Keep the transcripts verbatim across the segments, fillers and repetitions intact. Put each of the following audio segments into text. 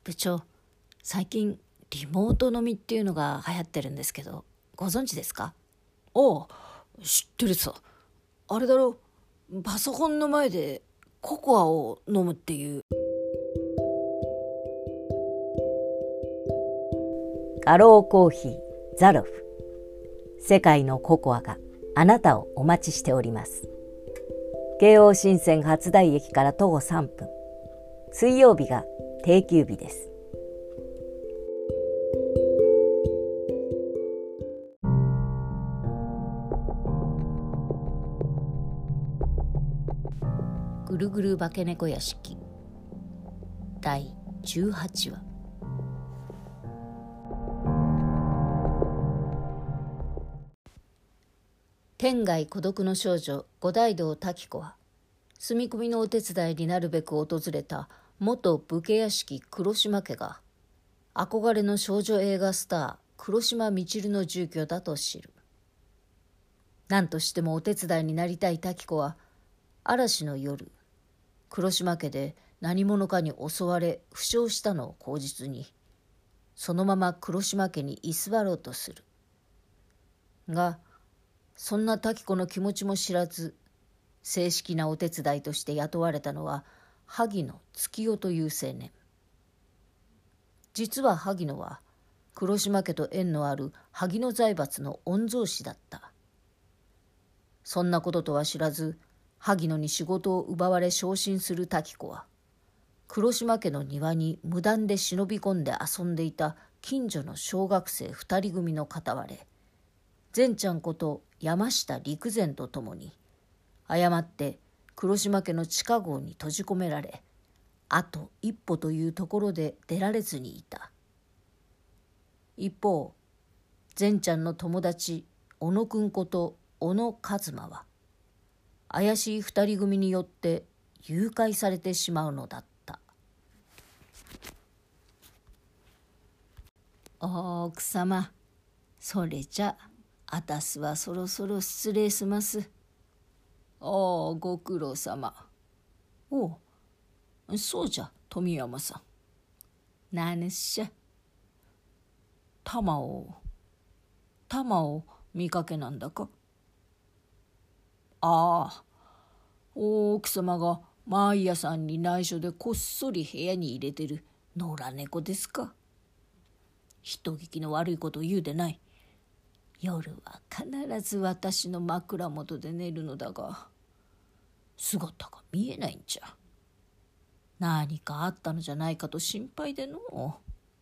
部長、最近リモート飲みっていうのが流行ってるんですけど、ご存知ですか？ ああ、知ってるさ。あれだろ、パソコンの前でココアを飲むっていう。 ガローコーヒーザロフ。世界のココアがあなたをお待ちしております。京王新線初台駅から徒歩さんぷん。水曜日が定休日です。 ぐるぐる化け猫屋敷だいじゅうはちわ。天涯孤独の少女五大道滝子は、住み込みのお手伝いになるべく訪れた元武家屋敷黒島家が、憧れの少女映画スター黒島みちるの住居だと知る。何としてもお手伝いになりたい滝子は、嵐の夜、黒島家で何者かに襲われ負傷したのを口実に、そのまま黒島家に居座ろうとする。が、そんな滝子の気持ちも知らず、正式なお手伝いとして雇われたのは萩野月代という青年。実は萩野は黒島家と縁のある萩野財閥の御曹司だった。そんなこととは知らず、萩野に仕事を奪われ昇進する滝子は、黒島家の庭に無断で忍び込んで遊んでいた近所の小学生二人組の片割れ、善ちゃんこと山下陸前と共に、誤って黒島家の地下壕に閉じ込められ、あと一歩というところで出られずにいた。一方、善ちゃんの友達小野くんこと小野一馬は、怪しい二人組によって誘拐されてしまうのだった。奥様、それじゃあたすはそろそろ失礼します。 ああ、ご苦労様。おう、そうじゃ、富山さん。 何しゃ。 玉を、玉を見かけなんだか。ああ、大奥様が毎夜さんに内緒でこっそり部屋に入れてる野良猫ですか。人聞きの悪いことを言うでない。夜は必ず私の枕元で寝るのだが、姿が見えないんじゃ。何かあったのじゃないかと心配での。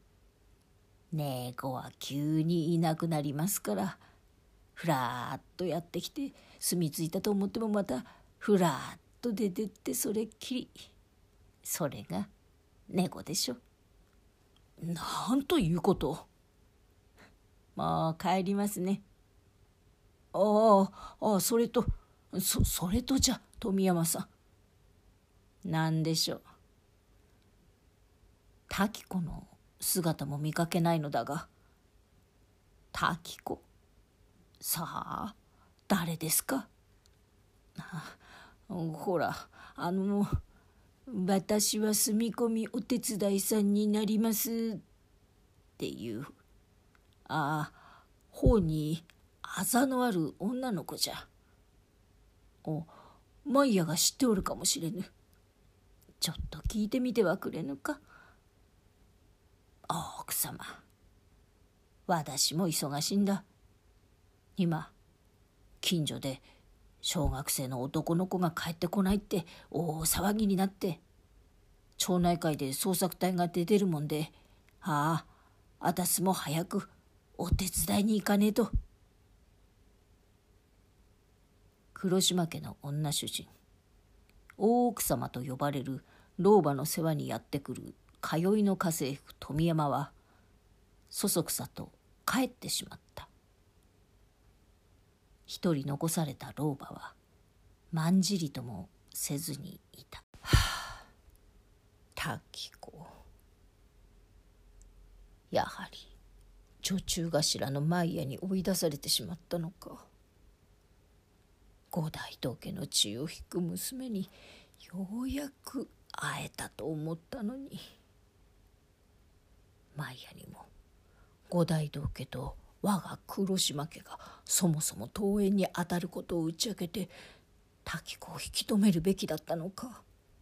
猫は急にいなくなりますから、ふらーっとやってきて住み着いたと思ってもまたふらーっと出てってそれっきり。それが猫でしょ。なんということ。もう帰りますね。ああ、ああ、それと、そ、それとじゃ、富山さん。なんでしょう。滝子の姿も見かけないのだが。滝子。さあ、誰ですか。あ、ほら、あの、私は住み込みお手伝いさんになりますっていう。ああ、頬にあざのある女の子じゃ。お、マイヤが知っておるかもしれぬ。ちょっと聞いてみてはくれぬか。ああ、奥様。私も忙しいんだ。今、近所で小学生の男の子が帰ってこないって大騒ぎになって、町内会で捜索隊が出てるもんで、ああ、あたすも早くお手伝いに行かねえと。黒島家の女主人、大奥様と呼ばれる老婆の世話にやってくる通いの家政婦富山は、そそくさと帰ってしまった。一人残された老婆はまんじりともせずにいた。はあ、滝子。やはり女中頭のマイヤに追い出されてしまったのか。五大道家の血を引く娘にようやく会えたと思ったのに。 前夜にも五大道家と我が黒島家がそもそも遠縁に当たることを打ち明けて滝子を引き止めるべきだったのか。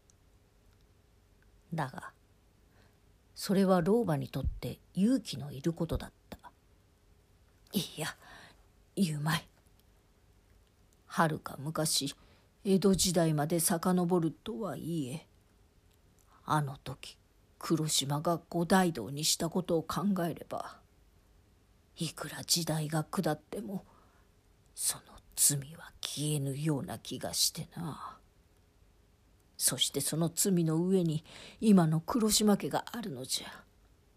だがそれは老婆にとって勇気のいることだった。いや言うまい。はるか昔江戸時代まで遡るとはいえ、あの時黒島が五大道にしたことを考えれば、いくら時代が下ってもその罪は消えぬような気がしてな。そしてその罪の上に今の黒島家があるのじゃ。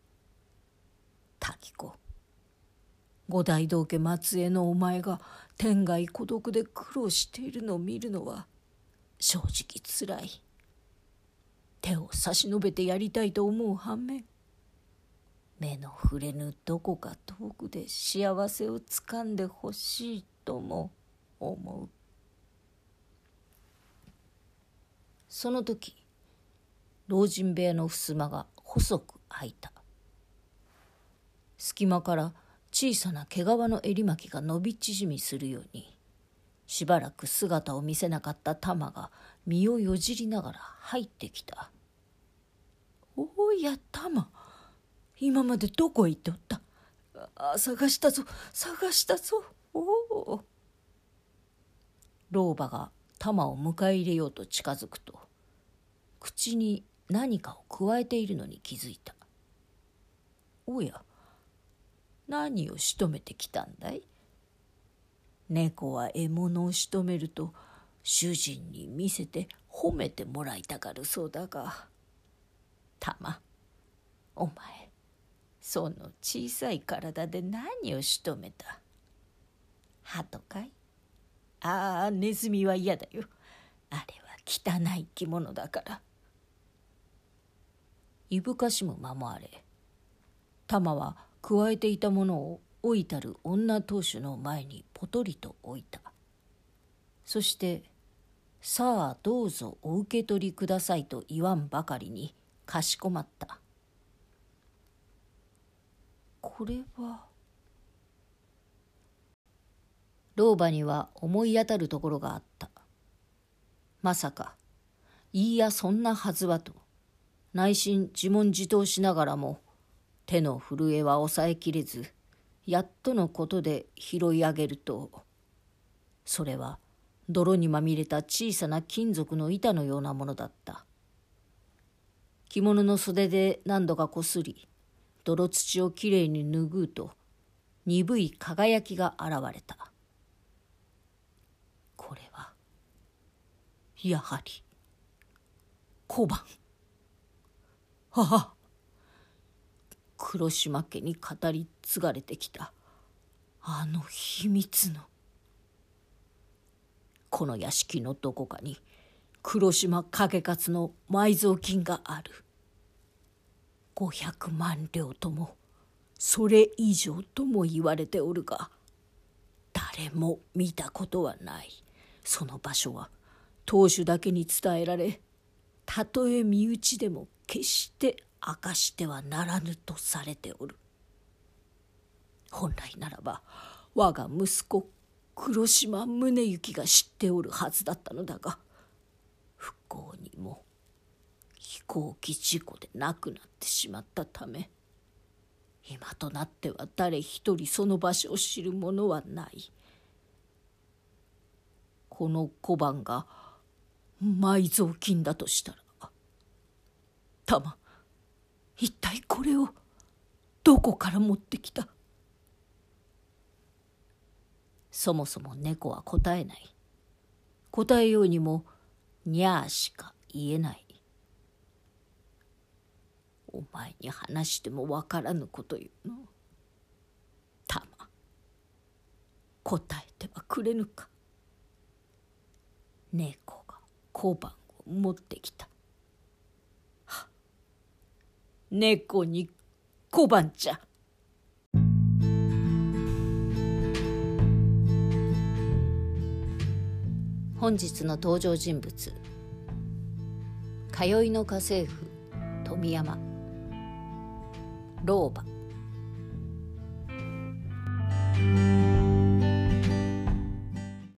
滝子、五大道家末裔のお前が天涯孤独で苦労しているのを見るのは正直つらい。手を差し伸べてやりたいと思う反面、目の触れぬどこか遠くで幸せをつかんでほしいとも思う。その時、老人部屋の襖が細く開いた。隙間から小さな毛皮の襟巻きが伸び縮みするように、しばらく姿を見せなかった玉が身をよじりながら入ってきた。おや玉、今までどこへ行っておった？あ、探したぞ、探したぞ。おお。老婆が玉を迎え入れようと近づくと、口に何かを加えているのに気づいた。おや、何を仕留めてきたんだい？猫は獲物を仕留めると主人に見せて褒めてもらいたがるそうだが、玉、お前その小さい体で何を仕留めた？鳩かい？ああ、ネズミは嫌だよ。あれは汚い生き物だから。いぶかしむ間もあれ、玉は加えていたものを老いたる女当主の前にポトリと置いた。そして「さあどうぞお受け取りください」と言わんばかりにかしこまった。これは。老婆には思い当たるところがあった。まさかいいやそんなはずはと内心自問自答しながらも、手の震えは抑えきれず、やっとのことで拾い上げると、それは泥にまみれた小さな金属の板のようなものだった。着物の袖で何度かこすり、泥土をきれいに拭うと、鈍い輝きが現れた。これはやはり小判。ああ、黒島家に語り継がれてきたあの秘密の。この屋敷のどこかに黒島景勝の埋蔵金がある。ごひゃくまん両ともそれ以上とも言われておるが、誰も見たことはない。その場所は当主だけに伝えられ、たとえ身内でも決して明かしてはならぬとされておる。本来ならば我が息子黒島宗行が知っておるはずだったのだが、不幸にも飛行機事故で亡くなってしまったため、今となっては誰一人その場所を知る者はない。この小判が埋蔵金だとしたら、玉、一体これをどこから持ってきた？そもそも猫は答えない。答えようにもにゃーしか言えない。お前に話してもわからぬこと言うの。玉、答えてはくれぬか。猫が小判を持ってきた。は、猫に小判じゃ。本日の登場人物、通いの家政婦富山。 老婆。